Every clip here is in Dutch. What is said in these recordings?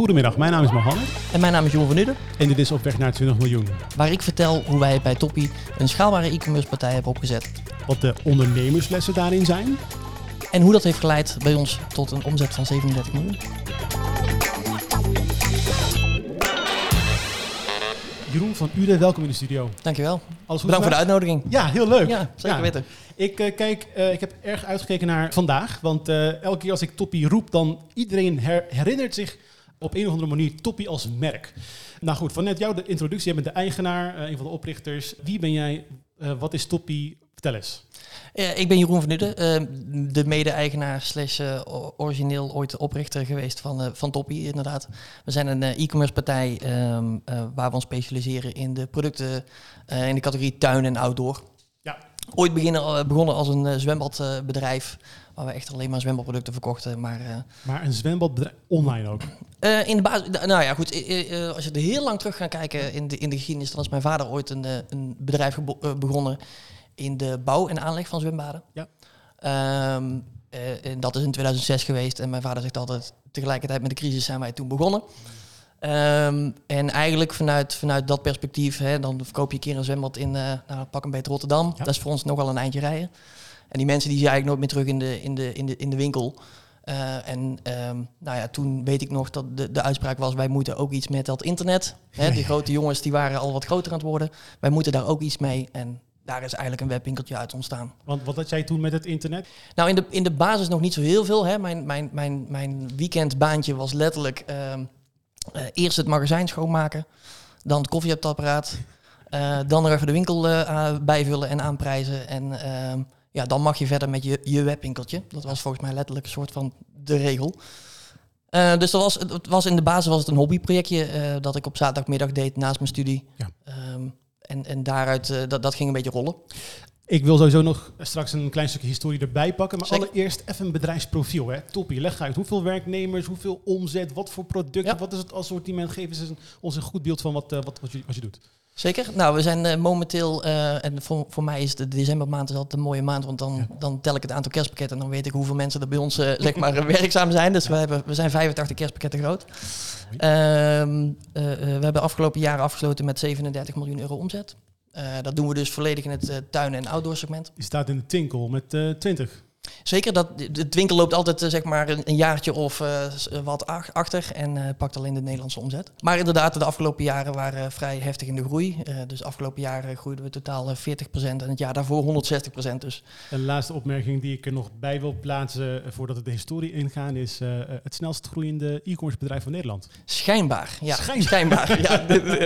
Goedemiddag, mijn naam is Mohammed. En mijn naam is Jeroen van Uden. En dit is Op weg naar 20 miljoen. Waar ik vertel hoe wij bij Toppie een schaalbare e-commerce partij hebben opgezet. Wat de ondernemerslessen daarin zijn. En hoe dat heeft geleid bij ons tot een omzet van 37 miljoen. Jeroen van Uden, welkom in de studio. Dankjewel. Alles goed Bedankt voor de uitnodiging. Ja, heel leuk. Ja, zeker weten. Ik heb erg uitgekeken naar vandaag. Want elke keer als ik Toppie roep, dan iedereen herinnert zich op een of andere manier Toppie als merk. Nou goed, vanuit jou de introductie. Jij bent de eigenaar, een van de oprichters. Wie ben jij? Wat is Toppie? Vertel eens. Ik ben Jeroen van Uden, de mede-eigenaar / origineel ooit de oprichter geweest van Toppie, inderdaad. We zijn een e-commerce partij waar we ons specialiseren in de producten in de categorie tuin en outdoor. Ja. Ooit begonnen als een zwembadbedrijf, waar we echt alleen maar zwembadproducten verkochten. Maar een zwembadbedrijf online ook? In de basis, nou ja, goed. Als je er heel lang terug gaat kijken in de geschiedenis, dan is mijn vader ooit een bedrijf begonnen in de bouw en aanleg van zwembaden. Ja. En dat is in 2006 geweest. En mijn vader zegt altijd, tegelijkertijd met de crisis zijn wij toen begonnen. En eigenlijk vanuit dat perspectief, dan verkoop je een keer een zwembad in pak een beetje Rotterdam. Ja. Dat is voor ons nogal een eindje rijden. En die mensen die zie je eigenlijk nooit meer terug in de winkel. Toen weet ik nog dat de uitspraak was, wij moeten ook iets met dat internet. De grote jongens die waren al wat groter aan het worden. Wij moeten daar ook iets mee. En daar is eigenlijk een webwinkeltje uit ontstaan. Want wat had jij toen met het internet? Nou, in de basis nog niet zo heel veel. Hè. Mijn weekendbaantje was letterlijk eerst het magazijn schoonmaken, dan het koffieapparaat, dan er even de winkel bijvullen en aanprijzen. En dan mag je verder met je webwinkeltje. Dat was volgens mij letterlijk een soort van de regel. Dus het was in de basis was het een hobbyprojectje dat ik op zaterdagmiddag deed naast mijn studie. Ja. En daaruit, dat ging een beetje rollen. Ik wil sowieso nog straks een klein stukje historie erbij pakken. Maar Zeker. Allereerst even een bedrijfsprofiel. Hè. Toppie, leg uit. Hoeveel werknemers, hoeveel omzet, wat voor producten, Ja. Wat is het assortiment? Geef eens ons een goed beeld van wat je doet. Zeker. Nou, we zijn momenteel, en voor mij is de decembermaand is altijd een mooie maand, want dan tel ik het aantal kerstpakketten en dan weet ik hoeveel mensen er bij ons werkzaam zijn. Dus we zijn 85 kerstpakketten groot. We hebben afgelopen jaren afgesloten met 37 miljoen euro omzet. Dat doen we dus volledig in het tuin- en outdoor segment. Je staat in de Tinkel met 20. Zeker, de winkel loopt altijd een jaartje of wat achter en pakt alleen de Nederlandse omzet. Maar inderdaad, de afgelopen jaren waren vrij heftig in de groei. Dus afgelopen jaren groeiden we totaal 40% en het jaar daarvoor 160%. Dus. Een laatste opmerking die ik er nog bij wil plaatsen voordat we de historie ingaan is het snelst groeiende e-commerce bedrijf van Nederland. Schijnbaar, ja. Schijnbaar. Ja.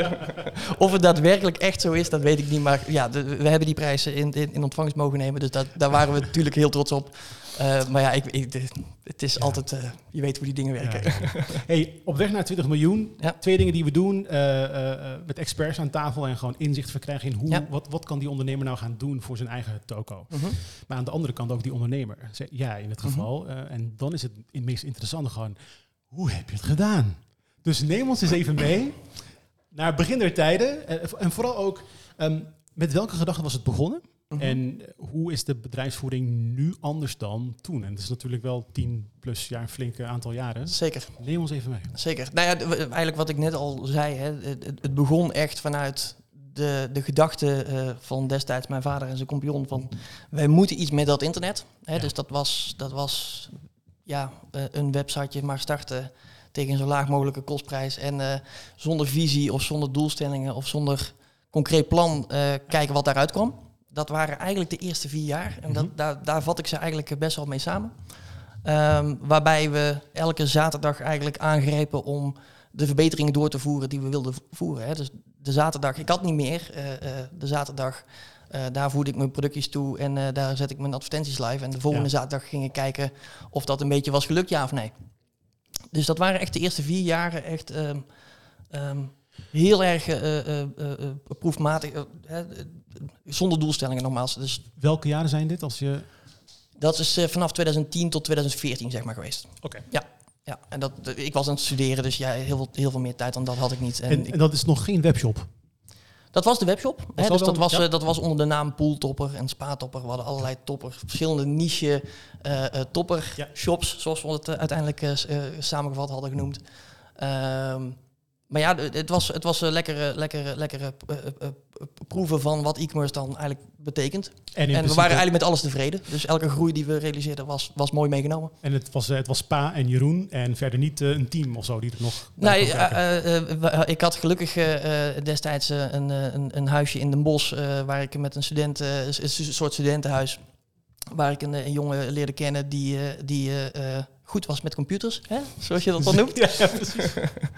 Of het daadwerkelijk echt zo is, dat weet ik niet. Maar ja, we hebben die prijzen in ontvangst mogen nemen, dus daar waren we natuurlijk heel trots op. Maar ja, het is altijd, je weet hoe die dingen werken. Ja. Hey, op weg naar 20 miljoen. Ja. 2 dingen die we doen. Met experts aan tafel en gewoon inzicht verkrijgen in wat kan die ondernemer nou gaan doen voor zijn eigen toko. Uh-huh. Maar aan de andere kant ook die ondernemer. Ja, in het geval. En dan is het meest interessante gewoon, hoe heb je het gedaan? Dus neem ons eens even mee naar het begin der tijden. En vooral ook, met welke gedachten was het begonnen? Uh-huh. En hoe is de bedrijfsvoering nu anders dan toen? En dat is natuurlijk wel 10 plus jaar, een flinke aantal jaren. Zeker. Neem ons even mee. Zeker. Nou ja, eigenlijk wat ik net al zei, het begon echt vanuit de gedachte van destijds mijn vader en zijn compagnon van wij moeten iets met dat internet. Ja. Dus dat was een websiteje maar starten tegen een zo laag mogelijke kostprijs en zonder visie of zonder doelstellingen of zonder concreet plan kijken wat daaruit kwam. Dat waren eigenlijk de eerste 4 jaar. En daar vat ik ze eigenlijk best wel mee samen. Waarbij we elke zaterdag eigenlijk aangrepen om de verbeteringen door te voeren die we wilden voeren. Hè. Dus de zaterdag, ik had niet meer. De zaterdag, daar voerde ik mijn productjes toe en daar zet ik mijn advertenties live. En de volgende zaterdag ging ik kijken of dat een beetje was gelukt, ja of nee. Dus dat waren echt de eerste 4 jaren echt heel erg proefmatig. Zonder doelstellingen nogmaals. Dus welke jaren zijn dit? Dat is vanaf 2010 tot 2014 zeg maar geweest. Oké. Ja. En ik was aan het studeren, dus ja, heel veel meer tijd dan dat had ik niet. En dat is nog geen webshop? Dat was de webshop. Dat was onder de naam Pooltopper en Spa-topper. We hadden allerlei topper, verschillende niche topper shops, zoals we het uiteindelijk samengevat hadden genoemd. Maar ja, het was lekkere proeven van wat e-commerce dan eigenlijk betekent. En we waren eigenlijk met alles tevreden. Dus elke groei die we realiseerden was mooi meegenomen. En het was Pa en Jeroen en verder niet een team of zo die er nog... Nee, ik had gelukkig destijds een huisje in Den Bosch waar ik met een soort studentenhuis, waar ik een jongen leerde kennen die goed was met computers, hè? Zoals je dat dan noemt. Ja, precies.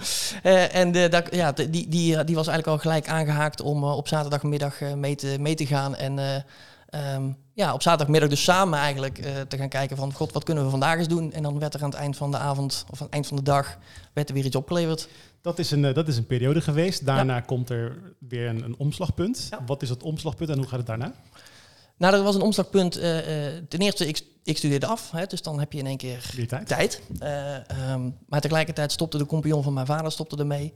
Die was eigenlijk al gelijk aangehaakt om op zaterdagmiddag mee te gaan. En op zaterdagmiddag dus samen eigenlijk te gaan kijken van... God, wat kunnen we vandaag eens doen? En dan werd er aan het eind van de avond of aan het eind van de dag werd er weer iets opgeleverd. Dat is een periode geweest. Daarna komt er weer een omslagpunt. Ja. Wat is het omslagpunt en hoe gaat het daarna? Nou, dat was een omslagpunt. Ten eerste, ik studeerde af, hè, dus dan heb je in één keer tijd. Maar tegelijkertijd stopte de compagnon van mijn vader ermee.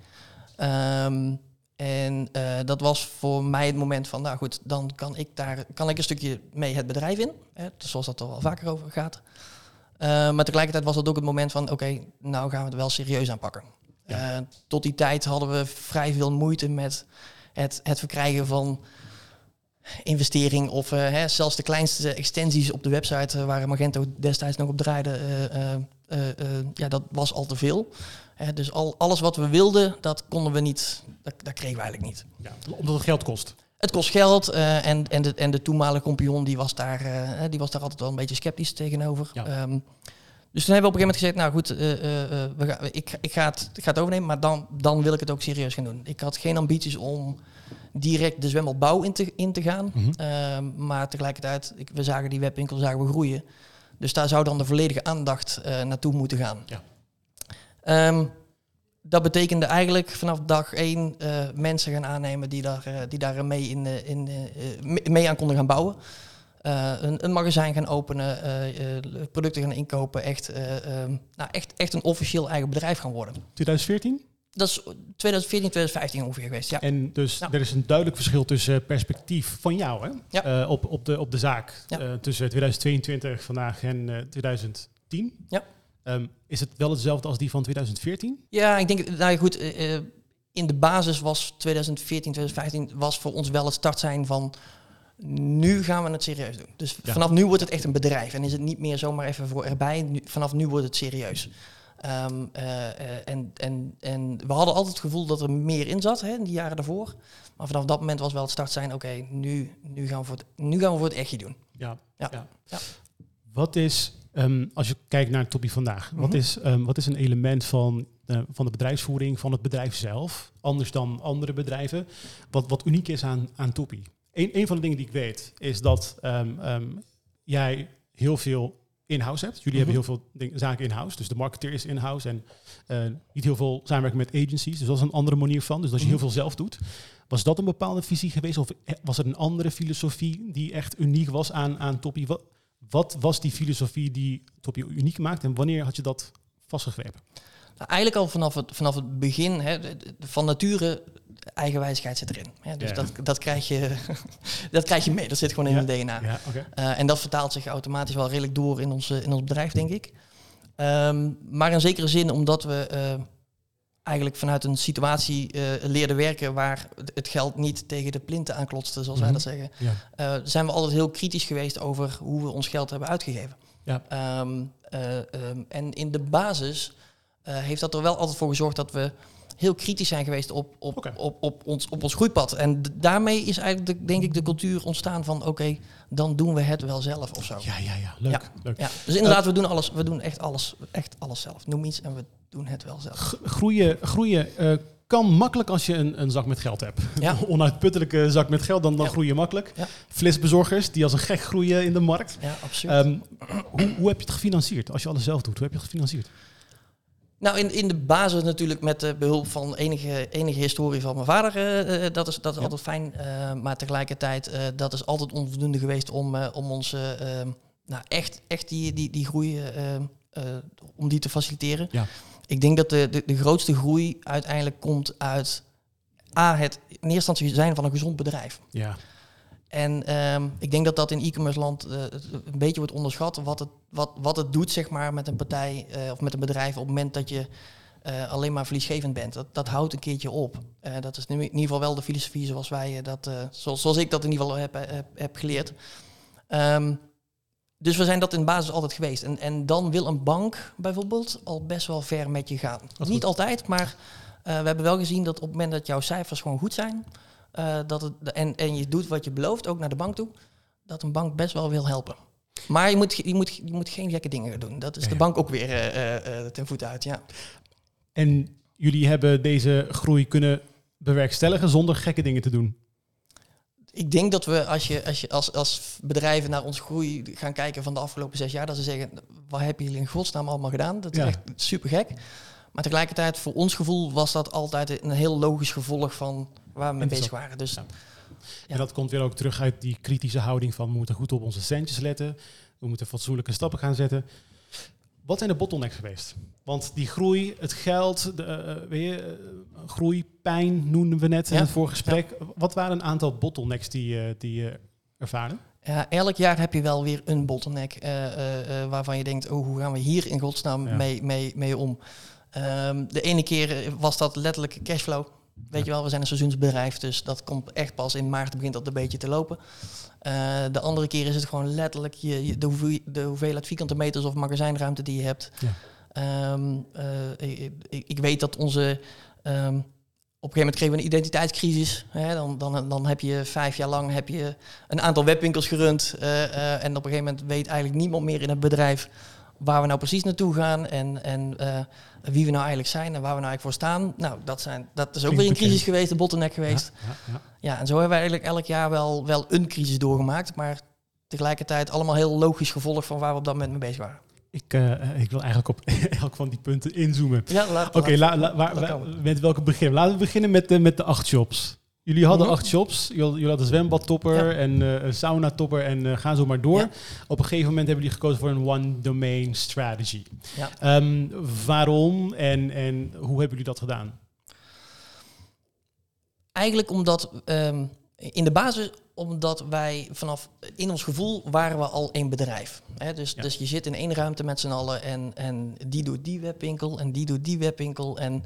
Dat was voor mij het moment van, nou goed, dan kan ik een stukje mee het bedrijf in. Hè, zoals dat er wel vaker over gaat. Maar tegelijkertijd was dat ook het moment van, oké, nou gaan we het wel serieus aanpakken. Ja. Tot die tijd hadden we vrij veel moeite met het verkrijgen van investering of zelfs de kleinste extensies op de website waar Magento destijds nog op draaide, dat was al te veel. Dus alles wat we wilden, dat konden we niet, dat kregen we eigenlijk niet. Ja, omdat het geld kost. Het kost geld en de toenmalige compagnon die was daar altijd wel een beetje sceptisch tegenover. Ja. Dus toen hebben we op een gegeven moment gezegd, nou goed, ik ga het overnemen, maar dan wil ik het ook serieus gaan doen. Ik had geen ambities om direct de zwemmelbouw in te gaan. Mm-hmm. Maar tegelijkertijd, we zagen die webwinkel groeien. Dus daar zou dan de volledige aandacht naartoe moeten gaan. Ja. Dat betekende eigenlijk vanaf dag 1 mensen gaan aannemen die daar mee aan konden gaan bouwen. Een magazijn gaan openen, producten gaan inkopen, echt een officieel eigen bedrijf gaan worden. 2014? Dat is 2014, 2015 ongeveer geweest, ja. En dus er is een duidelijk verschil tussen perspectief van jou, hè? Ja. Op de zaak, ja. Tussen 2022 vandaag en 2010. Ja. Is het wel hetzelfde als die van 2014? Ja, ik denk, nou goed, in de basis was 2014, 2015 was voor ons wel het startsein van, nu gaan we het serieus doen. Dus vanaf nu wordt het echt een bedrijf en is het niet meer zomaar even voor erbij. Vanaf nu wordt het serieus. En we hadden altijd het gevoel dat er meer in zat, hè, in die jaren daarvoor. Maar vanaf dat moment was wel het startsein, oké, nu gaan we voor het echtje doen. Ja. Wat is, als je kijkt naar Toppie vandaag, mm-hmm. wat is een element van de bedrijfsvoering, van het bedrijf zelf, anders dan andere bedrijven, wat uniek is aan Toppie? Een van de dingen die ik weet, is dat jij heel veel in-house hebt. Jullie hebben heel veel zaken in-house. Dus de marketeer is in-house en niet heel veel samenwerken met agencies. Dus dat is een andere manier van. Dus dat je heel veel zelf doet. Was dat een bepaalde visie geweest? Of was er een andere filosofie die echt uniek was aan Toppie? Wat was die filosofie die Toppie uniek maakt? En wanneer had je dat vastgegrepen? Nou, eigenlijk al vanaf het begin, hè, van nature, eigenwijsheid zit erin. Hè, dus dat krijg je mee. Dat zit gewoon in het DNA. Ja, okay. En dat vertaalt zich automatisch wel redelijk door in ons bedrijf, denk ik. Maar in zekere zin, omdat we eigenlijk vanuit een situatie leerden werken waar het geld niet tegen de plinten aanklotste, zoals wij dat zeggen, zijn we altijd heel kritisch geweest over hoe we ons geld hebben uitgegeven. Ja. En in de basis heeft dat er wel altijd voor gezorgd dat we heel kritisch zijn geweest op ons groeipad. En daarmee is eigenlijk, denk ik, de cultuur ontstaan van, oké, dan doen we het wel zelf of zo. Ja. Leuk. Ja. Dus inderdaad, we doen echt alles zelf. Noem iets en we doen het wel zelf. Groeien kan makkelijk als je een zak met geld hebt. Ja. Een onuitputtelijke zak met geld, dan groei je makkelijk. Ja. Flitsbezorgers die als een gek groeien in de markt. Ja, absoluut. Hoe heb je het gefinancierd? Als je alles zelf doet, hoe heb je het gefinancierd? Nou, in de basis natuurlijk met behulp van enige historie van mijn vader. Dat is altijd fijn. Maar tegelijkertijd, dat is altijd onvoldoende geweest om ons echt die groei om die te faciliteren. Ja. Ik denk dat de grootste groei uiteindelijk komt uit het in eerste instantie zijn van een gezond bedrijf. Ja. En ik denk dat in e-commerce land een beetje wordt onderschat wat het doet, zeg maar, met een partij of met een bedrijf op het moment dat je alleen maar verliesgevend bent. Dat houdt een keertje op. Dat is in ieder geval wel de filosofie zoals wij zoals ik dat in ieder geval heb geleerd. Dus we zijn dat in de basis altijd geweest. En dan wil een bank bijvoorbeeld al best wel ver met je gaan. Niet altijd, maar we hebben wel gezien dat op het moment dat jouw cijfers gewoon goed zijn, en je doet wat je belooft, ook naar de bank toe, dat een bank best wel wil helpen. Maar je moet geen gekke dingen gaan doen. Dat is de bank ook weer ten voeten uit, ja. En jullie hebben deze groei kunnen bewerkstelligen zonder gekke dingen te doen? Ik denk dat we, als bedrijven naar onze groei gaan kijken van de afgelopen 6 jaar, dat ze zeggen, wat hebben jullie in godsnaam allemaal gedaan? Dat is echt super gek. Maar tegelijkertijd, voor ons gevoel, was dat altijd een heel logisch gevolg van waar we mee bezig waren. Dus, En dat komt weer ook terug uit die kritische houding van we moeten goed op onze centjes letten. We moeten fatsoenlijke stappen gaan zetten. Wat zijn de bottlenecks geweest? Want die groei, het geld, groeipijn noemden we net in het vorige gesprek. Ja. Wat waren een aantal bottlenecks die je ervaren? Ja, elk jaar heb je wel weer een bottleneck waarvan je denkt, hoe gaan we hier in godsnaam mee om? De ene keer was dat letterlijk cashflow. Weet je wel, we zijn een seizoensbedrijf, dus dat komt echt pas in maart begint dat een beetje te lopen. De andere keer is het gewoon letterlijk de hoeveelheid vierkante meters of magazijnruimte die je hebt. Ja. Ik weet dat onze... op een gegeven moment kregen we een identiteitscrisis. Hè? Dan heb je 5 jaar lang een aantal webwinkels gerund. En op een gegeven moment weet eigenlijk niemand meer in het bedrijf waar we nou precies naartoe gaan en wie we nou eigenlijk zijn en waar we nou eigenlijk voor staan. Nou, dat is ook weer een crisis geweest, een bottleneck geweest. Ja, en zo hebben we eigenlijk elk jaar wel een crisis doorgemaakt, maar tegelijkertijd allemaal heel logisch gevolg van waar we op dat moment mee bezig waren. Ik wil eigenlijk op elk van die punten inzoomen. Ja, met welke beginnen? Laten we beginnen met de 8 shops. Jullie hadden 8 shops. Jullie hadden zwembadtopper en sauna-topper en ga zo maar door. Ja. Op een gegeven moment hebben jullie gekozen voor een one-domain strategy. Ja. Waarom en hoe hebben jullie dat gedaan? Eigenlijk omdat in de basis, omdat wij in ons gevoel waren we al één bedrijf. Hè? Dus je zit in één ruimte met z'n allen en die doet die webwinkel en die doet die webwinkel. En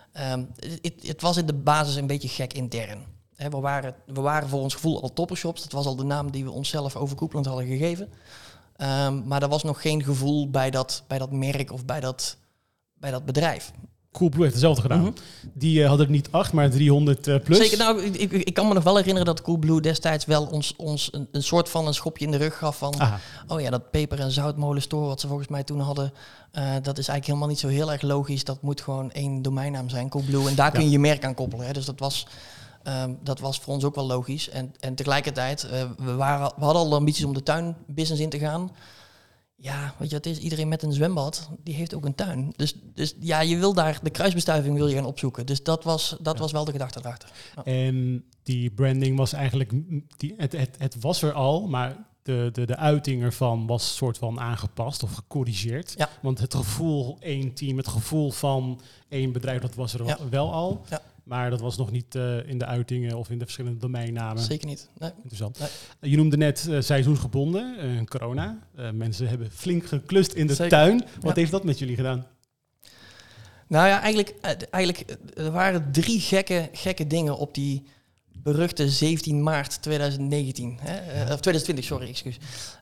het was in de basis een beetje gek intern. Hè, we waren voor ons gevoel al toppershops. Dat was al de naam die we onszelf overkoepelend hadden gegeven. Maar er was nog geen gevoel bij dat merk of bij dat bedrijf. Coolblue heeft hetzelfde gedaan. Mm-hmm. Die hadden niet 8, maar 300 plus. Zeker, nou, ik kan me nog wel herinneren dat Coolblue destijds wel ons een soort van een schopje in de rug gaf van... Aha. Oh ja, dat peper- en zoutmolenstore wat ze volgens mij toen hadden... dat is eigenlijk helemaal niet zo heel erg logisch. Dat moet gewoon 1 domeinnaam zijn, Coolblue. En daar kun je je merk aan koppelen. Hè. Dus dat was voor ons ook wel logisch. En tegelijkertijd, we hadden al de ambities om de tuinbusiness in te gaan... Ja, weet je wat het is? Iedereen met een zwembad, die heeft ook een tuin. Dus ja, je wil daar de kruisbestuiving wil je gaan opzoeken. Dus dat was wel de gedachte erachter. Ja. En die branding was eigenlijk... Het was er al, maar de uiting ervan was soort van aangepast of gecorrigeerd. Ja. Want het gevoel, 1 team, het gevoel van 1 bedrijf, dat was er wel al. Ja. Maar dat was nog niet in de uitingen of in de verschillende domeinnamen. Zeker niet. Nee. Interessant. Nee. Je noemde net seizoensgebonden, corona. Mensen hebben flink geklust in de tuin. Wat heeft dat met jullie gedaan? Nou ja, eigenlijk er waren 3 gekke dingen op die beruchte 17 maart 2019. Of 2020, sorry, excuus.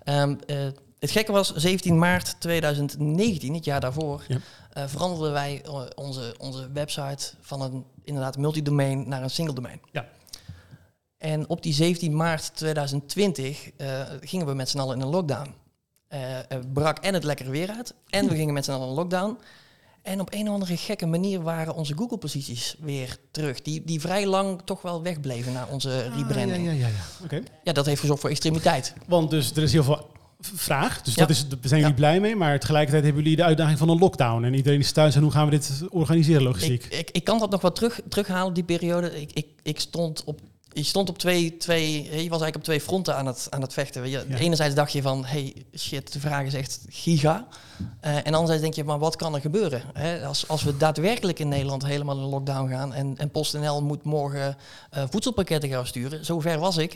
Het gekke was, 17 maart 2019, het jaar daarvoor, veranderden wij onze website van een inderdaad multidomein naar een single domein. Ja. En op die 17 maart 2020 gingen we met z'n allen in een lockdown. Brak en het lekkere weer uit en we gingen met z'n allen in een lockdown. En op een of andere gekke manier waren onze Google-posities weer terug. Die vrij lang toch wel wegbleven na onze rebranding. Ja. Okay. Ja, dat heeft gezorgd voor extremiteit. Want dus er is heel veel vraag, dus daar zijn jullie blij mee. Maar tegelijkertijd hebben jullie de uitdaging van een lockdown. En iedereen is thuis en hoe gaan we dit organiseren logistiek? Ik kan dat nog wat terughalen, die periode. Ik stond op twee, je was eigenlijk op 2 fronten aan het vechten. Ja. Enerzijds dacht je van, hey, shit, de vraag is echt giga. En anderzijds denk je, maar wat kan er gebeuren? Hè? Als we daadwerkelijk in Nederland helemaal in lockdown gaan... en PostNL moet morgen voedselpakketten gaan sturen. Zover was ik.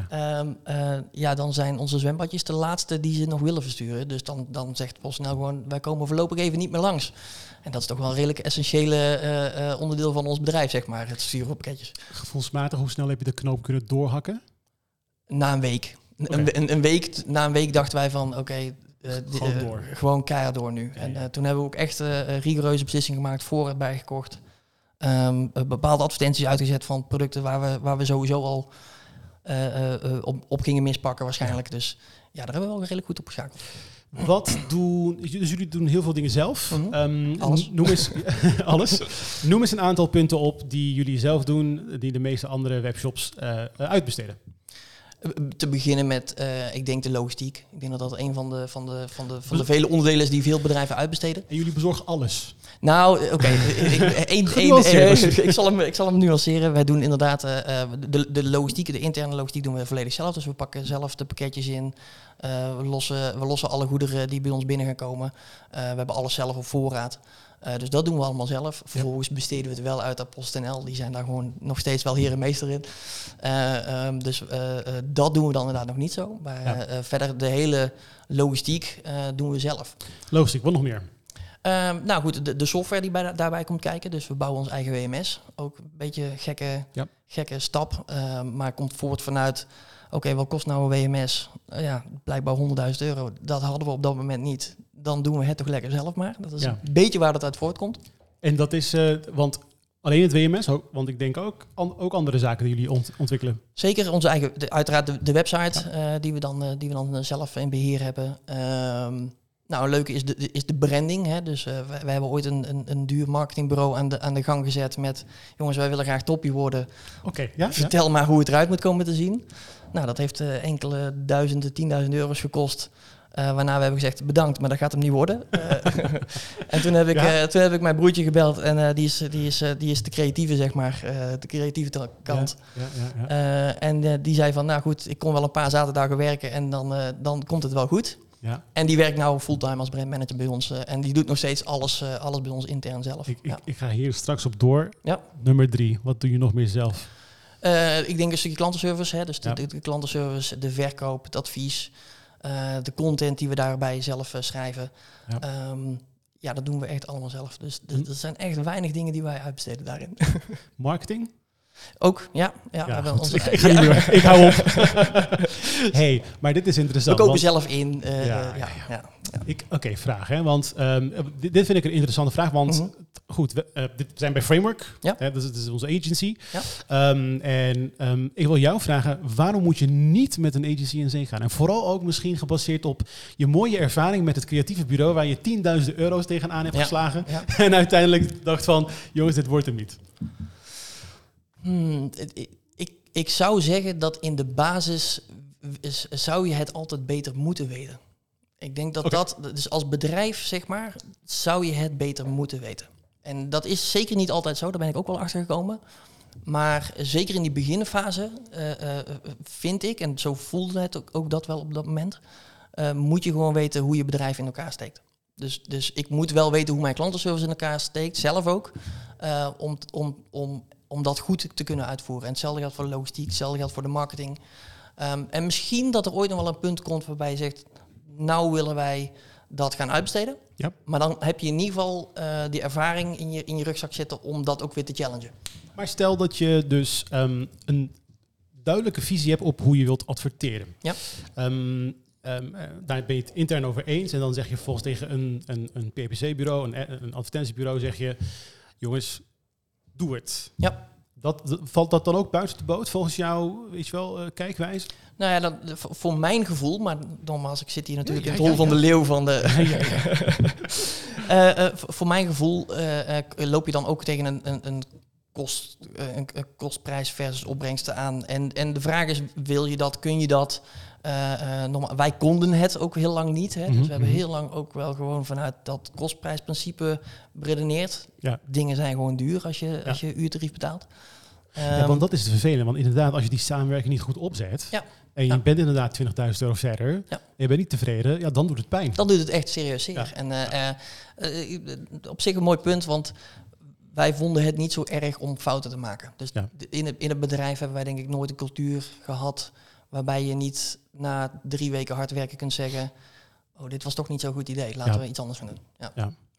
Dan zijn onze zwembadjes de laatste die ze nog willen versturen. Dus dan zegt PostNL gewoon, wij komen voorlopig even niet meer langs. En dat is toch wel een redelijk essentiële onderdeel van ons bedrijf, zeg maar. Het sturen van pakketjes. Gevoelsmatig, hoe snel heb je de knoop kunnen doorhakken? Na een week. Na een week dachten wij van, gewoon keihard door nu. Ja, en toen hebben we ook echt rigoureuze beslissingen gemaakt, voorraad bijgekocht. Bepaalde advertenties uitgezet van producten waar we sowieso al op gingen mispakken waarschijnlijk. Ja. Dus ja, daar hebben we wel redelijk goed op geschakeld. Dus jullie doen heel veel dingen zelf. Alles. Noem eens een aantal punten op die jullie zelf doen, die de meeste andere webshops uitbesteden. Te beginnen met, ik denk de logistiek. Ik denk dat dat een van de vele onderdelen is die veel bedrijven uitbesteden. En jullie bezorgen alles? Nou, oké. Ik zal hem nuanceren. Wij doen inderdaad de logistiek, de interne logistiek doen we volledig zelf. Dus we pakken zelf de pakketjes in. We lossen alle goederen die bij ons binnen gaan komen. We hebben alles zelf op voorraad. Dus dat doen we allemaal zelf. Vervolgens besteden we het wel uit aan PostNL. Die zijn daar gewoon nog steeds wel heer en meester in. Dus dat doen we dan inderdaad nog niet zo. Maar verder de hele logistiek doen we zelf. Logistiek, wat nog meer? Nou goed, de software die daarbij komt kijken. Dus we bouwen ons eigen WMS. Ook een beetje gekke stap. Maar komt voort vanuit... Oké, wat kost nou een WMS? Blijkbaar €100.000. Dat hadden we op dat moment niet. Dan doen we het toch lekker zelf maar. Dat is een beetje waar dat uit voortkomt. En dat is, want alleen het WMS, want ik denk ook andere zaken die jullie ontwikkelen. Zeker, onze eigen, uiteraard de website die we dan zelf in beheer hebben. Nou, een leuke is de branding. Hè? Dus wij hebben ooit een duur marketingbureau aan de gang gezet met... jongens, wij willen graag toppie worden. Vertel maar hoe het eruit moet komen te zien. Nou, dat heeft enkele €10.000 gekost. Waarna we hebben gezegd, bedankt, maar dat gaat hem niet worden. En toen heb ik mijn broertje gebeld. En die is de creatieve, zeg maar. De creatieve kant. En die zei van, nou goed, ik kon wel een paar zaterdagen werken. En dan komt het wel goed. Ja. En die werkt nou fulltime als brandmanager bij ons. En die doet nog steeds alles bij ons intern zelf. Ik ga hier straks op door. Ja. Nummer 3, wat doe je nog meer zelf? Ik denk een stukje klantenservice. Hè? Dus de klantenservice, de verkoop, het advies. De content die we daarbij zelf schrijven. Ja. Dat doen we echt allemaal zelf. Dus er zijn echt weinig dingen die wij uitbesteden daarin. Marketing? Ook, ja. Ik ga niet meer. Ik hou op. Hey, maar dit is interessant. We kopen zelf in. Oké, vraag. Hè? Want dit vind ik een interessante vraag. Want goed, we zijn bij Framework. Ja. Hè, dat is onze agency. Ja. Ik wil jou vragen, waarom moet je niet met een agency in zee gaan? En vooral ook misschien gebaseerd op je mooie ervaring met het creatieve bureau... waar je €10.000 tegenaan hebt geslagen. Ja. En uiteindelijk dacht van, jongens, dit wordt hem niet. Ik zou zeggen dat in de basis zou je het altijd beter moeten weten. Ik denk dat dus als bedrijf, zeg maar, zou je het beter moeten weten. En dat is zeker niet altijd zo, daar ben ik ook wel achter gekomen. Maar zeker in die beginfase vind ik, en zo voelde het ook dat wel op dat moment, moet je gewoon weten hoe je bedrijf in elkaar steekt. Dus ik moet wel weten hoe mijn klantenservice in elkaar steekt, zelf ook, om dat goed te kunnen uitvoeren. En hetzelfde geldt voor de logistiek, hetzelfde geldt voor de marketing. En misschien dat er ooit nog wel een punt komt waarbij je zegt, nou willen wij dat gaan uitbesteden. Ja. Maar dan heb je in ieder geval die ervaring in je rugzak zitten om dat ook weer te challengen. Maar stel dat je dus een duidelijke visie hebt op hoe je wilt adverteren. Ja. Daar ben je het intern over eens. En dan zeg je volgens tegen een PPC-bureau, een advertentiebureau, zeg je, jongens, doe het. Ja. Valt dat dan ook buiten de boot volgens jou, weet je wel, kijkwijze? Nou ja, voor mijn gevoel, maar nogmaals, ik zit hier natuurlijk in het hol van de leeuw van de... Voor mijn gevoel loop je dan ook tegen een kostprijs versus opbrengsten aan. En de vraag is, wil je dat, kun je dat? Wij konden het ook heel lang niet. Hè? Dus we hebben heel lang ook wel gewoon vanuit dat kostprijsprincipe beredeneerd. Ja. Dingen zijn gewoon duur als je uurtarief betaalt. Want dat is het vervelende. Want inderdaad, als je die samenwerking niet goed opzet... Ja. En je bent inderdaad €20.000 verder... en je bent niet tevreden, dan doet het pijn. Dan doet het echt serieus zeer. Ja. En op zich een mooi punt, want... Wij vonden het niet zo erg om fouten te maken. Dus in het bedrijf hebben wij denk ik nooit een cultuur gehad... waarbij je niet na 3 weken hard werken kunt zeggen... oh, dit was toch niet zo'n goed idee, laten we iets anders gaan doen. Ja.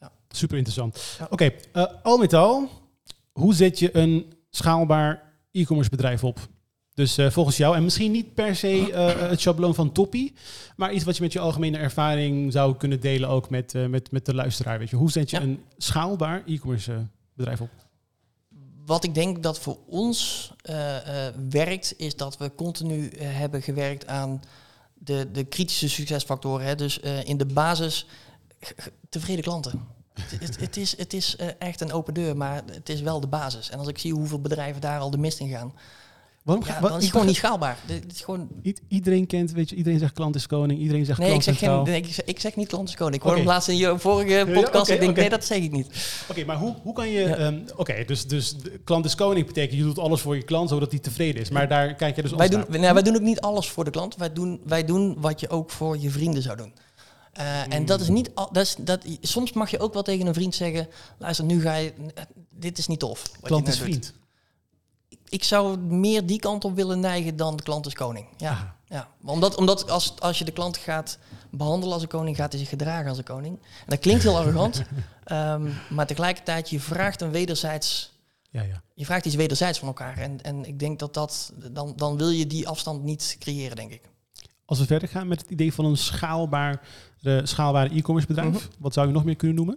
Ja. Super interessant. Ja. Oké, al met al, hoe zet je een schaalbaar e-commerce bedrijf op? Dus volgens jou, en misschien niet per se het schabloon van Toppie, maar iets wat je met je algemene ervaring zou kunnen delen ook met de luisteraar. Weet je. Hoe zet je een schaalbaar e-commerce bedrijf op? Wat ik denk dat voor ons werkt, is dat we continu hebben gewerkt aan de kritische succesfactoren. Hè. Dus in de basis tevreden klanten. Het is echt een open deur, maar het is wel de basis. En als ik zie hoeveel bedrijven daar al de mist in gaan, dan is het gewoon niet schaalbaar. Het is gewoon... Iedereen kent, weet je, iedereen zegt klant is koning, iedereen zegt klant centraal. Ik zeg niet klant is koning. Ik hoorde hem laatst in je vorige podcast. Nee, dat zeg ik niet. Oké, maar hoe kan je... Dus de klant is koning betekent je doet alles voor je klant, zodat hij tevreden is. Maar daar kijk je dus wij doen ook niet alles voor de klant. Wij doen wat je ook voor je vrienden zou doen. En dat is niet... soms mag je ook wel tegen een vriend zeggen, luister, nu ga je... Dit is niet tof. Klant is vriend. Doet. Ik zou meer die kant op willen neigen dan de klant is koning. Ja. Omdat als je de klant gaat behandelen als een koning, gaat hij zich gedragen als een koning. En dat klinkt heel arrogant, maar tegelijkertijd je vraagt een wederzijds... Je vraagt iets wederzijds van elkaar. En ik denk dan wil je die afstand niet creëren, denk ik. Als we verder gaan met het idee van een schaalbare e-commerce bedrijf, wat zou je nog meer kunnen noemen?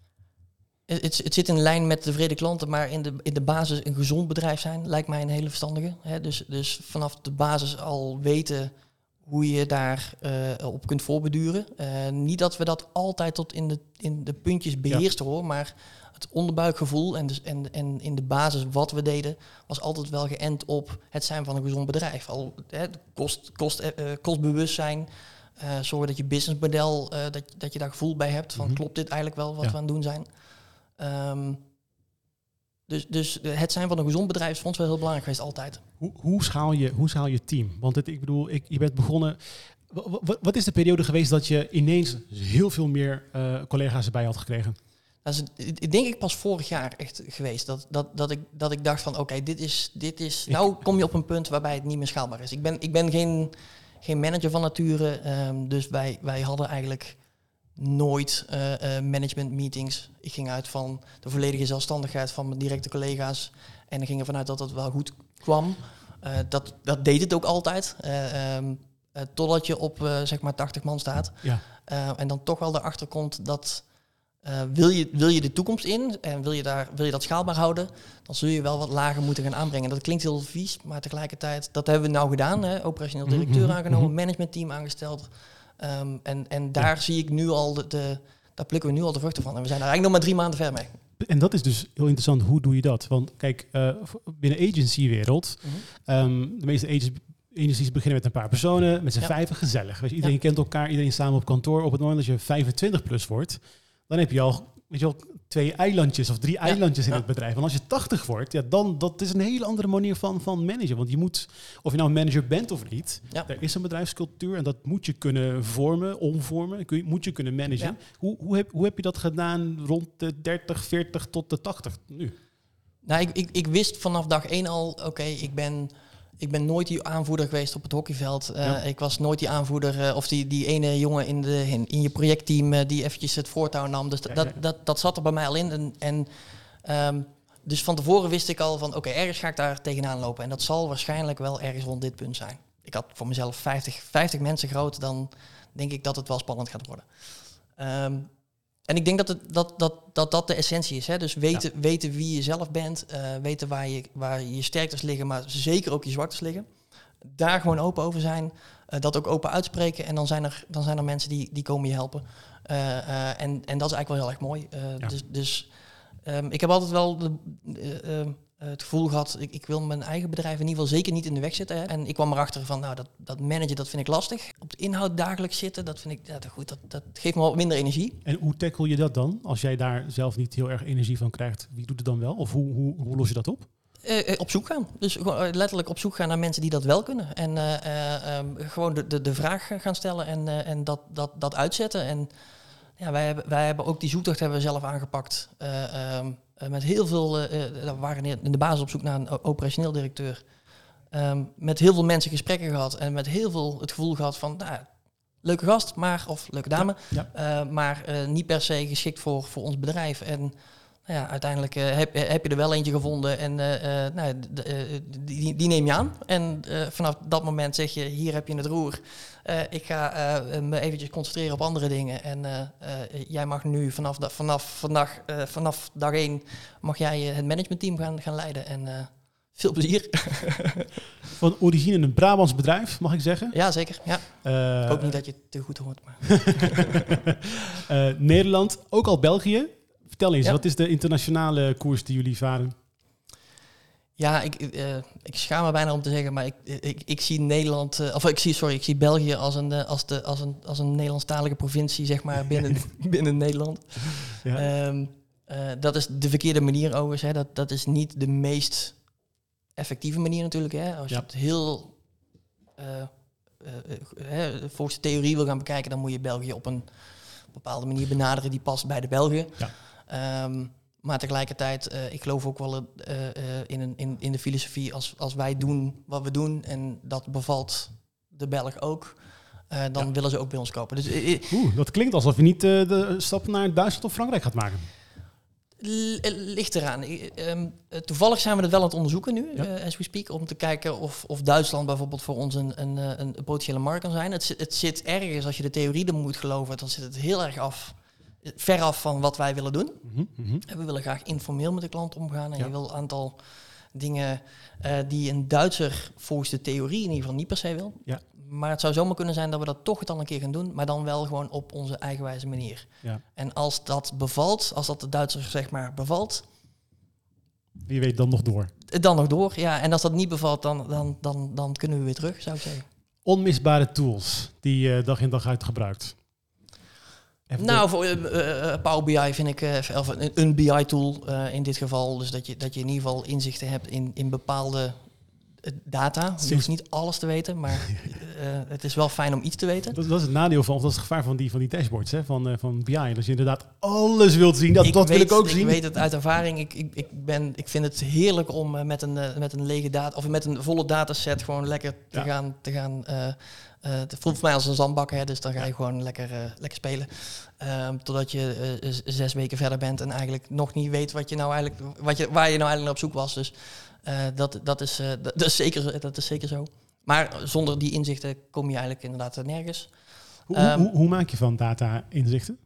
Het zit in lijn met tevreden klanten, maar in de basis een gezond bedrijf zijn, lijkt mij een hele verstandige. Hè? Dus vanaf de basis al weten hoe je daar op kunt voorbeduren. Niet dat we dat altijd tot in de puntjes beheersten hoor, maar het onderbuikgevoel en in de basis wat we deden, was altijd wel geënt op het zijn van een gezond bedrijf. Al kostbewustzijn, zorgen dat je businessmodel, dat je daar gevoel bij hebt van klopt dit eigenlijk wel wat we aan het doen zijn. Dus het zijn van een gezond bedrijf is voor ons wel heel belangrijk geweest altijd. Hoe schaal je team? Want je bent begonnen... Wat is de periode geweest dat je ineens heel veel meer collega's erbij had gekregen? Dat is denk ik pas vorig jaar echt geweest. Dat ik dacht van oké, dit is nou kom je op een punt waarbij het niet meer schaalbaar is. Ik ben geen manager van nature. Dus wij hadden eigenlijk nooit management meetings. Ik ging uit van de volledige zelfstandigheid van mijn directe collega's. En ik ging ervan uit dat het wel goed kwam. Dat deed het ook altijd. Totdat je op zeg maar 80 man staat. Ja. En dan toch wel erachter komt dat... Wil je de toekomst in en wil je dat schaalbaar houden, dan zul je wel wat lager moeten gaan aanbrengen. Dat klinkt heel vies, maar tegelijkertijd, dat hebben we nou gedaan. Hè? Operationeel directeur aangenomen, managementteam aangesteld. En daar zie ik nu al, daar plukken we nu al de vruchten van. En we zijn er eigenlijk nog maar 3 maanden ver mee. En dat is dus heel interessant, hoe doe je dat? Want kijk, binnen agency-wereld, de meeste agencies beginnen met een paar personen, met z'n 5 gezellig. Weet je, iedereen kent elkaar, iedereen samen op kantoor. Op het moment dat je 25 plus wordt, dan heb je al, 2 eilandjes of 3 eilandjes in het bedrijf. En als je 80 wordt, dan dat is een hele andere manier van managen. Want je moet, of je nou een manager bent of niet, er is een bedrijfscultuur en dat moet je kunnen vormen, omvormen, moet je kunnen managen. Ja. Hoe heb je dat gedaan rond de 30, 40 tot de 80 nu? Nou, ik wist vanaf dag 1 al, oké, ik ben nooit die aanvoerder geweest op het hockeyveld. Ik was nooit die aanvoerder of die ene jongen in je projectteam die eventjes het voortouw nam. Dus dat zat er bij mij al in. Dus van tevoren wist ik al van oké, ergens ga ik daar tegenaan lopen. En dat zal waarschijnlijk wel ergens rond dit punt zijn. Ik had voor mezelf 50 mensen groot. Dan denk ik dat het wel spannend gaat worden. En ik denk dat de essentie is. Hè? Dus weten wie je zelf bent. Weten waar je sterktes liggen, maar zeker ook je zwaktes liggen. Daar gewoon open over zijn. Dat ook open uitspreken. En dan zijn er mensen die komen je helpen. En dat is eigenlijk wel heel erg mooi. Dus ik heb altijd wel het gevoel gehad, ik wil mijn eigen bedrijf in ieder geval zeker niet in de weg zitten. Hè. En ik kwam erachter van, dat managen, dat vind ik lastig. Op de inhoud dagelijks zitten, dat vind ik goed. Dat geeft me wat minder energie. En hoe tackle je dat dan? Als jij daar zelf niet heel erg energie van krijgt, wie doet het dan wel? Of hoe los je dat op? Op zoek gaan. Dus letterlijk op zoek gaan naar mensen die dat wel kunnen. En gewoon de vraag gaan stellen en dat uitzetten. En ja, wij hebben ook die zoektocht hebben we zelf aangepakt. Met heel veel, we waren in de basis op zoek naar een operationeel directeur. Met heel veel mensen gesprekken gehad en met heel veel het gevoel gehad van, leuke gast, of leuke dame, maar niet per se geschikt voor ons bedrijf. En nou ja, uiteindelijk heb je er wel eentje gevonden en die neem je aan. En vanaf dat moment zeg je, hier heb je het roer. Ik ga me eventjes concentreren op andere dingen. En jij mag nu vanaf dag 1 mag jij het managementteam gaan leiden. En veel plezier. Van origine een Brabants bedrijf, mag ik zeggen? Ja, zeker. Ja. Ik hoop niet dat je het te goed hoort. Maar. Nederland, ook al België. Vertel eens, wat is de internationale koers die jullie varen? Ja, ik schaam me bijna om te zeggen, maar ik zie Nederland, ik zie België als een Nederlandstalige provincie, zeg maar, binnen Nederland. Ja. Dat is de verkeerde manier overigens. Hè. Dat is niet de meest effectieve manier natuurlijk. Hè. Als je het heel volgens de theorie wil gaan bekijken, dan moet je België op een bepaalde manier benaderen die past bij de Belgen. Ja. Maar tegelijkertijd, ik geloof ook wel in de filosofie, als wij doen wat we doen en dat bevalt de Belg ook, dan willen ze ook bij ons kopen. Dus, dat klinkt alsof je niet de stap naar Duitsland of Frankrijk gaat maken. Ligt eraan. Toevallig zijn we het wel aan het onderzoeken nu, as we speak, om te kijken of Duitsland bijvoorbeeld voor ons een potentiële markt kan zijn. Het zit ergens, als je de theorie er moet geloven, dan zit het heel erg ver af van wat wij willen doen. Mm-hmm. En we willen graag informeel met de klant omgaan. En je wil een aantal dingen die een Duitser volgens de theorie in ieder geval niet per se wil. Ja. Maar het zou zomaar kunnen zijn dat we dat toch het al een keer gaan doen, maar dan wel gewoon op onze eigenwijze manier. Ja. En als dat bevalt, als dat de Duitser zeg maar bevalt... Wie weet dan nog door. Dan nog door, ja. En als dat niet bevalt, dan kunnen we weer terug, zou ik zeggen. Onmisbare tools die je dag in dag uit gebruikt. Voor Power BI vind ik, of een BI-tool in dit geval, dus dat je in ieder geval inzichten hebt in bepaalde data. Je hoeft niet alles te weten, maar het is wel fijn om iets te weten. Dat is het nadeel van, of dat is het gevaar van die dashboards, hè, van BI. Dat je inderdaad alles wilt zien, dat wil ik ook zien. Ik weet het uit ervaring. Ik vind het heerlijk om met een lege data, of met een volle dataset gewoon lekker te gaan het voelt voor mij als een zandbak, hè, dus dan ga je gewoon lekker spelen. Totdat je 6 weken verder bent en eigenlijk nog niet weet waar je nou eigenlijk naar op zoek was. Dus dat is zeker zo. Maar zonder die inzichten kom je eigenlijk inderdaad nergens. Hoe maak je van data inzichten?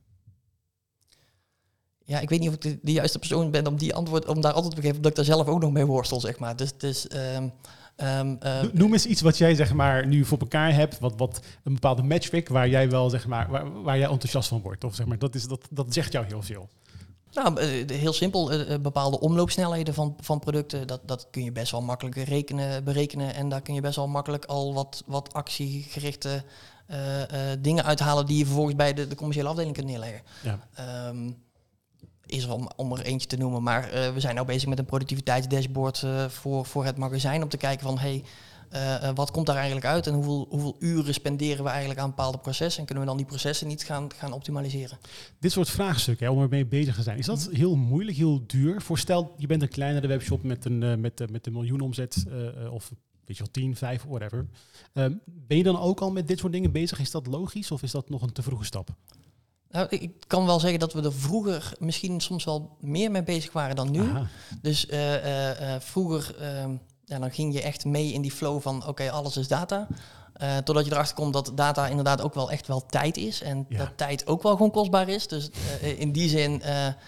Ja, ik weet niet of ik de juiste persoon ben om daar antwoord te geven, omdat ik daar zelf ook nog mee worstel, zeg maar. Dus noem eens iets wat jij zeg maar nu voor elkaar hebt, wat een bepaalde metric waar jij wel zeg maar waar jij enthousiast van wordt, of zeg maar dat zegt jou heel veel. Nou, heel simpel, bepaalde omloopsnelheden van producten, dat kun je best wel makkelijk berekenen en daar kun je best wel makkelijk al wat actiegerichte dingen uithalen die je vervolgens bij de commerciële afdeling kunt neerleggen. Ja. Is er om er eentje te noemen, maar we zijn nou bezig met een productiviteitsdashboard voor het magazijn om te kijken van wat komt daar eigenlijk uit en hoeveel uren spenderen we eigenlijk aan bepaalde processen en kunnen we dan die processen niet gaan optimaliseren. Dit soort vraagstukken, om ermee bezig te zijn, is dat heel moeilijk, heel duur? Voorstel, je bent een kleinere webshop met een miljoen omzet of weet je wel, 10, 5, whatever. Ben je dan ook al met dit soort dingen bezig? Is dat logisch of is dat nog een te vroege stap? Nou, ik kan wel zeggen dat we er vroeger misschien soms wel meer mee bezig waren dan nu. Aha. Dus vroeger dan ging je echt mee in die flow van oké, alles is data. Totdat je erachter komt dat data inderdaad ook wel echt wel tijd is. En dat tijd ook wel gewoon kostbaar is. Dus in die zin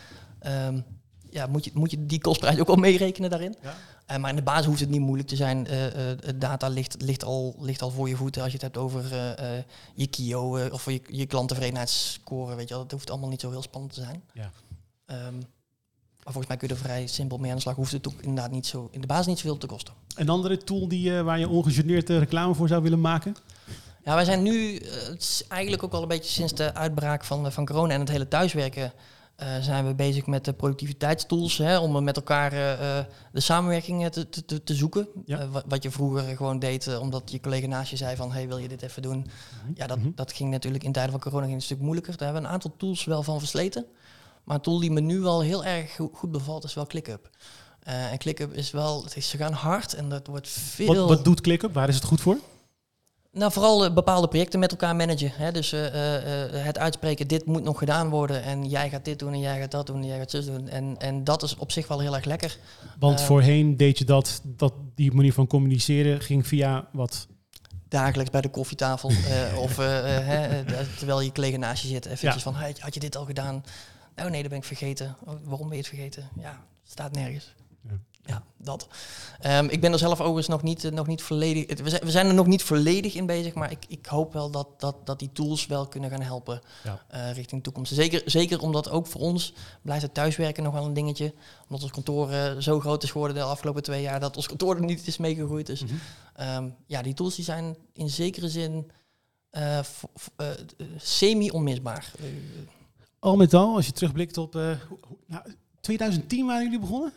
moet je die kostprijs ook wel meerekenen daarin. Ja. Maar in de basis hoeft het niet moeilijk te zijn. Data ligt al voor je voeten als je het hebt over je KIO of je klanttevredenheidsscore. Weet je wel. Dat hoeft allemaal niet zo heel spannend te zijn. Ja. Maar volgens mij kun je er vrij simpel mee aan de slag. Hoeft het ook inderdaad niet zo, in de basis niet zoveel te kosten. Een andere tool waar je ongegeneerd reclame voor zou willen maken? Ja, wij zijn nu, het is eigenlijk ook wel een beetje sinds de uitbraak van corona en het hele thuiswerken, zijn we bezig met de productiviteitstools, om met elkaar de samenwerking te zoeken. Ja. Wat je vroeger gewoon deed, omdat je collega naast je zei van, hey, wil je dit even doen? Mm-hmm. Ja, dat ging natuurlijk in tijden van corona een stuk moeilijker. Daar hebben we een aantal tools wel van versleten. Maar een tool die me nu wel heel erg goed bevalt is wel ClickUp. En ClickUp is wel, ze gaan hard en dat wordt veel... Wat doet ClickUp? Waar is het goed voor? Nou, vooral bepaalde projecten met elkaar managen. Hè? Dus het uitspreken, dit moet nog gedaan worden en jij gaat dit doen en jij gaat dat doen en jij gaat zus doen. En dat is op zich wel heel erg lekker. Want voorheen deed je dat die manier van communiceren ging via wat? Dagelijks bij de koffietafel of terwijl je collega naast je zit. Eventjes van, had je dit al gedaan? Oh nee, dat ben ik vergeten. Oh, waarom ben je het vergeten? Ja, staat nergens. Ja, dat. Ik ben er zelf overigens nog niet volledig... We zijn er nog niet volledig in bezig, maar ik hoop wel dat die tools wel kunnen gaan helpen richting de toekomst. Zeker omdat ook voor ons blijft het thuiswerken nog wel een dingetje. Omdat ons kantoor zo groot is geworden de afgelopen 2 jaar, dat ons kantoor er niet is meegegroeid. Dus die tools die zijn in zekere zin semi-onmisbaar. Al met al, als je terugblikt op... 2010 waren jullie begonnen?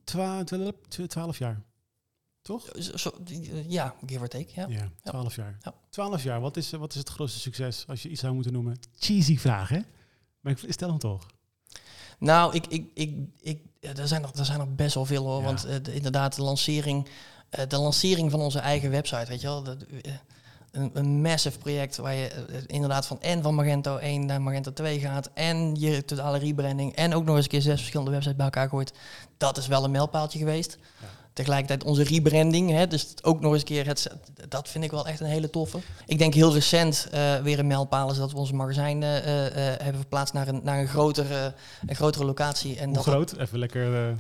12 jaar. Toch? Ja, give or take. Ja, 12 jaar. Ja. 12 jaar, wat is het grootste succes als je iets zou moeten noemen? Cheesy vraag, hè? Maar ik stel hem toch. Nou, er zijn er best wel veel hoor. Ja. Want inderdaad, de lancering van onze eigen website, weet je wel... Een massive project waar je inderdaad van Magento 1 naar Magento 2 gaat en je totale rebranding en ook nog eens een keer 6 verschillende websites bij elkaar gooit. Dat is wel een mijlpaaltje geweest. Ja. Tegelijkertijd onze rebranding, dus ook nog eens een keer, dat vind ik wel echt een hele toffe. Ik denk heel recent weer een mijlpaal is dat we onze magazijn hebben verplaatst naar een grotere locatie. En hoe groot? Even lekker...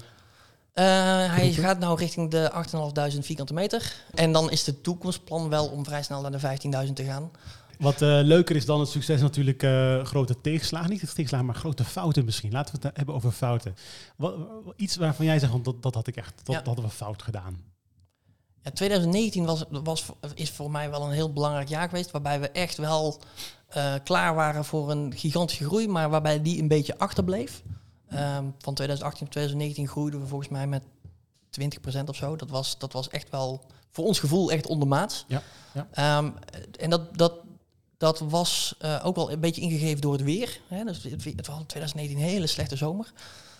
Hij gaat nou richting de 8.500 vierkante meter. En dan is het toekomstplan wel om vrij snel naar de 15.000 te gaan. Wat leuker is dan het succes natuurlijk grote tegenslagen. Niet tegenslagen, maar grote fouten misschien. Laten we het hebben over fouten. Iets waarvan jij zegt, want dat had ik echt, dat hadden we fout gedaan. Ja, 2019 is voor mij wel een heel belangrijk jaar geweest. Waarbij we echt wel klaar waren voor een gigantische groei. Maar waarbij die een beetje achterbleef. Van 2018 tot 2019 groeiden we volgens mij met 20% of zo. Dat was echt wel voor ons gevoel echt ondermaats. Ja. En dat was ook wel een beetje ingegeven door het weer. Hè? Dus het was in 2019 een hele slechte zomer.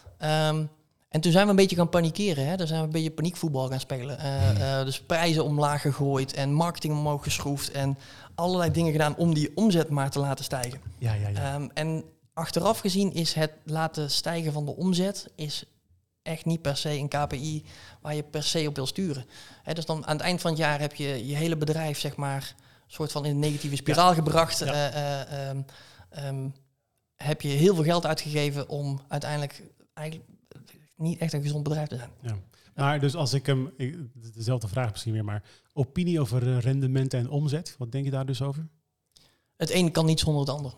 En toen zijn we een beetje gaan panikeren. Hè? Toen zijn we een beetje paniekvoetbal gaan spelen. Dus prijzen omlaag gegooid en marketing omhoog geschroefd. En allerlei dingen gedaan om die omzet maar te laten stijgen. Ja. En achteraf gezien is het laten stijgen van de omzet is echt niet per se een KPI waar je per se op wil sturen. Dus dan aan het eind van het jaar heb je hele bedrijf zeg maar soort van in een negatieve spiraal gebracht. Heb je heel veel geld uitgegeven om uiteindelijk eigenlijk niet echt een gezond bedrijf te zijn. Ja. Maar dus als dezelfde vraag misschien weer, maar opinie over rendementen en omzet, wat denk je daar dus over? Het een kan niet zonder het ander.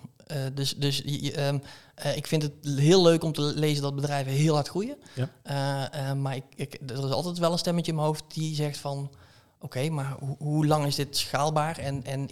Ik vind het heel leuk om te lezen dat bedrijven heel hard groeien. Ja. Maar er is altijd wel een stemmetje in mijn hoofd die zegt van... Oké, maar hoe lang is dit schaalbaar? En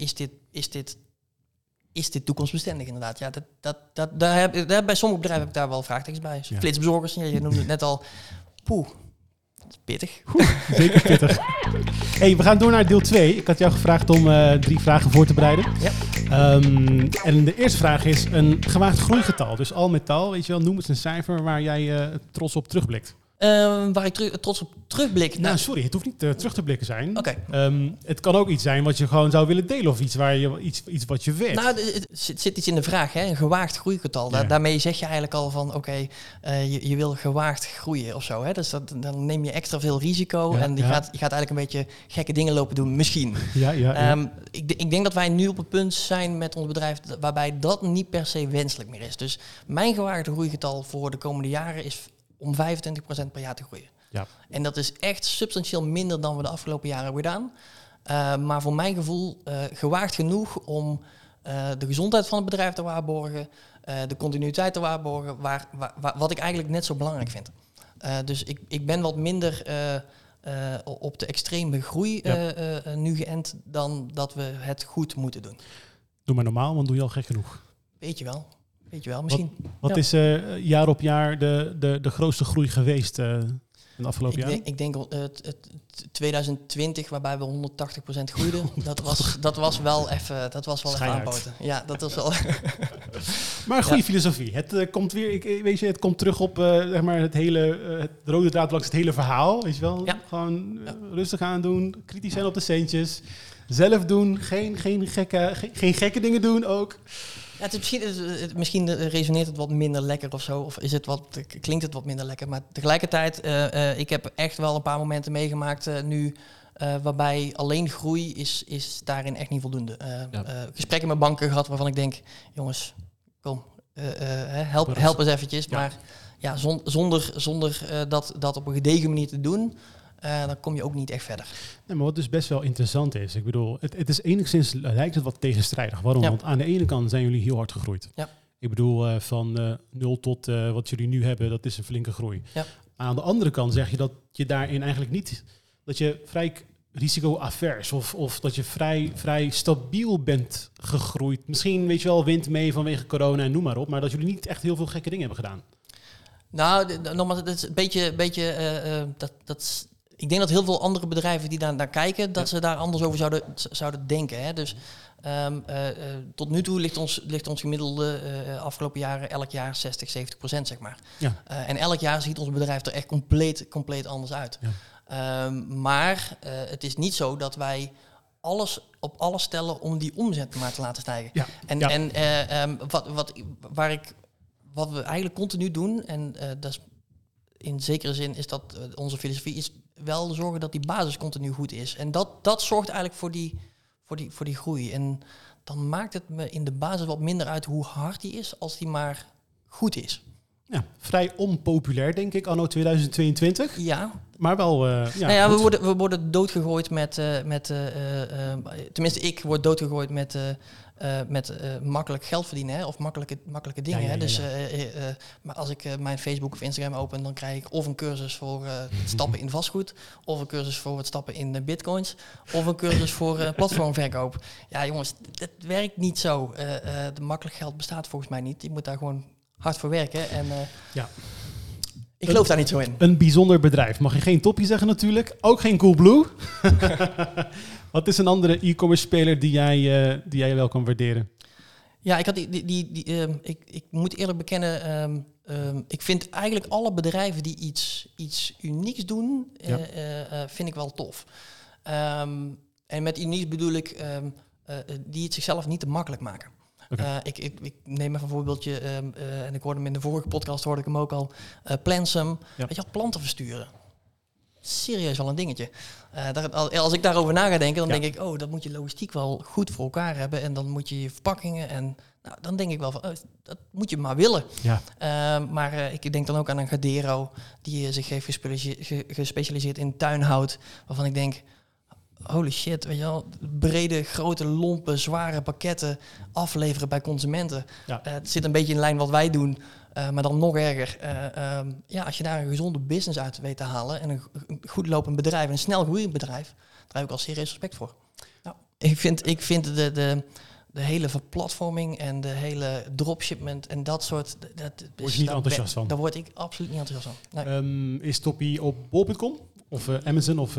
is dit toekomstbestendig inderdaad? Ja, bij sommige bedrijven heb ik daar wel vraagtekens bij. Ja. Flitsbezorgers, je noemde het net al. Poeh. Pittig. Zeker pittig. Hey, we gaan door naar deel 2. Ik had jou gevraagd om 3 vragen voor te bereiden. Ja. En de eerste vraag is een gewaagd groeigetal. Dus al met al, weet je wel, noem eens een cijfer waar jij trots op terugblikt. Waar ik trots op terugblik. Nou, sorry, het hoeft niet terug te blikken zijn. Okay. Het kan ook iets zijn wat je gewoon zou willen delen of iets waar je iets wat je weet. Nou, het zit iets in de vraag, hè? Een gewaagd groeigetal. Ja. Daarmee zeg je eigenlijk al van, je wil gewaagd groeien of zo. Hè? Dus dan neem je extra veel risico en je gaat eigenlijk een beetje gekke dingen lopen doen, misschien. Ja. Ik denk dat wij nu op het punt zijn met ons bedrijf waarbij dat niet per se wenselijk meer is. Dus mijn gewaagde groeigetal voor de komende jaren is om 25% per jaar te groeien. Ja. En dat is echt substantieel minder dan we de afgelopen jaren hebben gedaan. Maar voor mijn gevoel gewaagd genoeg om de gezondheid van het bedrijf te waarborgen, de continuïteit te waarborgen, wat ik eigenlijk net zo belangrijk vind. Dus ik ben wat minder op de extreme groei nu geënt dan dat we het goed moeten doen. Doe maar normaal, want doe je al gek genoeg. Weet je wel, misschien. Wat is jaar op jaar de grootste groei geweest de afgelopen jaren? Ik denk 2020, waarbij we 180% groeiden. dat was wel even aanpoten. Ja, dat was wel... Maar een goede filosofie. Het komt weer, het komt terug op zeg maar het rode draad langs het hele verhaal. Weet je wel? Ja. Gewoon rustig aan doen, kritisch zijn op de centjes. Zelf doen, geen gekke dingen doen ook. Ja, het is misschien resoneert het wat minder lekker of zo. Of klinkt het wat minder lekker. Maar tegelijkertijd, ik heb echt wel een paar momenten meegemaakt nu... waarbij alleen groei is daarin echt niet voldoende. Gesprekken met banken gehad waarvan ik denk... jongens, kom, help eens eventjes. Ja. Maar ja, zonder dat op een gedegen manier te doen... dan kom je ook niet echt verder. Nee, maar wat dus best wel interessant is... Ik bedoel, het is enigszins lijkt het wat tegenstrijdig. Waarom? Ja. Want aan de ene kant zijn jullie heel hard gegroeid. Ja. Ik bedoel, van 0 tot wat jullie nu hebben... dat is een flinke groei. Ja. Aan de andere kant zeg je dat je daarin eigenlijk niet... dat je vrij risico-avers of dat je vrij stabiel bent gegroeid. Misschien, weet je wel, wind mee vanwege corona en noem maar op... maar dat jullie niet echt heel veel gekke dingen hebben gedaan. Nou, nogmaals, het is een beetje ik denk dat heel veel andere bedrijven die daar naar kijken, dat ze daar anders over zouden denken. Hè? Dus tot nu toe ligt ons gemiddelde afgelopen jaren elk jaar 60-70%, zeg maar. Ja. En elk jaar ziet ons bedrijf er echt compleet anders uit. Ja. Maar het is niet zo dat wij op alles stellen om die omzet maar te laten stijgen. Ja. Wat we eigenlijk continu doen, en dat is in zekere zin is dat onze filosofie, is wel zorgen dat die basis continu goed is. En dat zorgt eigenlijk voor die groei. En dan maakt het me in de basis wat minder uit hoe hard die is, als die maar goed is. Ja, vrij onpopulair, denk ik, anno 2022. Ja. Maar wel... we worden doodgegooid tenminste, ik word doodgegooid met makkelijk geld verdienen, hè, of makkelijke dingen. Ja. Dus, maar als ik mijn Facebook of Instagram open, dan krijg ik of een cursus voor het stappen in vastgoed, of een cursus voor het stappen in bitcoins, of een cursus voor platformverkoop. Ja, jongens, dat werkt niet zo. De makkelijk geld bestaat volgens mij niet. Je moet daar gewoon hard voor werken. En ik geloof daar niet zo in. Een bijzonder bedrijf. Mag je geen toppie zeggen natuurlijk. Ook geen Coolblue. Wat is een andere e-commerce speler die jij wel kan waarderen? Ja, ik had ik moet eerlijk bekennen, ik vind eigenlijk alle bedrijven die iets unieks doen, vind ik wel tof. En met unieks bedoel ik die het zichzelf niet te makkelijk maken. Okay. Ik neem even een voorbeeldje, en ik hoorde hem in de vorige podcast, hoorde ik hem ook al, Plansum, weet je wel, planten versturen. Serieus wel een dingetje. Als ik daarover na ga denken, dan denk ik, dat moet je logistiek wel goed voor elkaar hebben. En dan moet je verpakkingen en dan denk ik wel van, dat moet je maar willen. Ja. Maar ik denk dan ook aan een Gadero die zich heeft gespecialiseerd in tuinhout, waarvan ik denk, holy shit, weet je wel, brede, grote, lompe, zware pakketten afleveren bij consumenten. Ja. Het zit een beetje in lijn wat wij doen, maar dan nog erger. Als je daar een gezonde business uit weet te halen en een goed lopend bedrijf, een snel groeiend bedrijf, daar heb ik al serieus respect voor. Nou, ik vind de hele verplatforming en de hele dropshipment en dat soort... Word je niet enthousiast van? Daar word ik absoluut niet enthousiast van. Nee. Is Toppie op bol.com of Amazon of...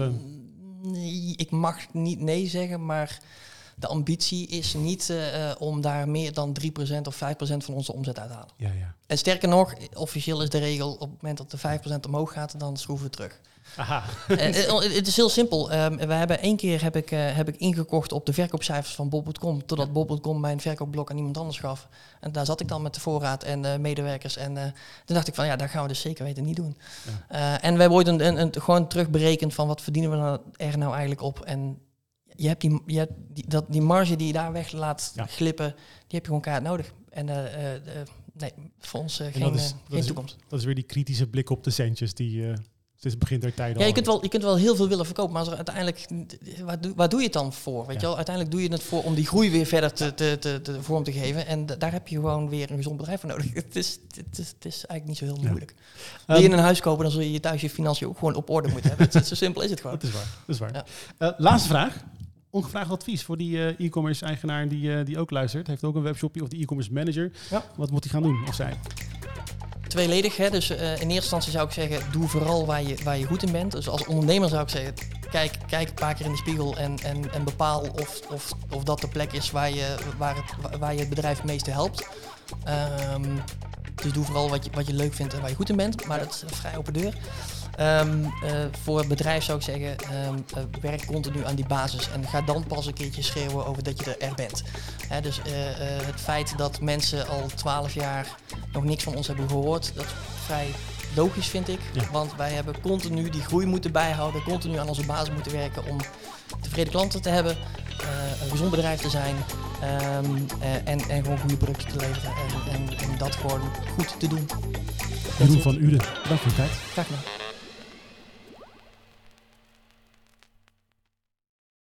Nee, ik mag niet nee zeggen, maar de ambitie is niet om daar meer dan 3% of 5% van onze omzet uit te halen. Ja, ja. En sterker nog, officieel is de regel, op het moment dat de 5% omhoog gaat, dan schroeven we terug. Aha. Het is heel simpel. We hebben 1 keer heb ik ingekocht op de verkoopcijfers van bol.com, totdat bol.com mijn verkoopblok aan iemand anders gaf. En daar zat ik dan met de voorraad en medewerkers. En toen dacht ik van, dat gaan we dus zeker weten niet doen. Ja. En wij worden gewoon terugberekend van wat verdienen we er nou eigenlijk op. En je hebt die marge die je daar weg laat glippen, die heb je gewoon kaart nodig. En nee, voor ons geen toekomst. Dat is weer die kritische blik op de centjes die... Het begint er tijd al. Ja, je kunt wel heel veel willen verkopen, maar uiteindelijk, waar doe je het dan voor? Weet je wel? Uiteindelijk doe je het voor om die groei weer verder te vorm te geven. En daar heb je gewoon weer een gezond bedrijf voor nodig. Het is eigenlijk niet zo heel moeilijk. Wil je een huis kopen, dan zul je thuis je financiën ook gewoon op orde moeten hebben. Zo simpel is het gewoon. Dat is waar. Ja. Laatste vraag. Ongevraagd advies voor die e-commerce eigenaar die ook luistert. Heeft ook een webshopje of die e-commerce manager. Ja. Wat moet hij gaan doen of zij? tweeledig. Hè? Dus in eerste instantie zou ik zeggen, doe vooral waar je goed in bent. Dus als ondernemer zou ik zeggen, kijk een paar keer in de spiegel en bepaal of dat de plek is waar je het bedrijf het meeste helpt. Dus doe vooral wat je leuk vindt en waar je goed in bent. Maar dat is een vrij open deur. Voor het bedrijf zou ik zeggen, werk continu aan die basis en ga dan pas een keertje schreeuwen over dat je er bent. Dus het feit dat mensen al 12 jaar nog niks van ons hebben gehoord, dat is vrij logisch, vind ik. Ja. Want wij hebben continu die groei moeten bijhouden, continu aan onze basis moeten werken om tevreden klanten te hebben, een gezond bedrijf te zijn en gewoon goede producten te leveren en dat gewoon goed te doen. Jeroen van Uden, dank voor je tijd. Graag gedaan.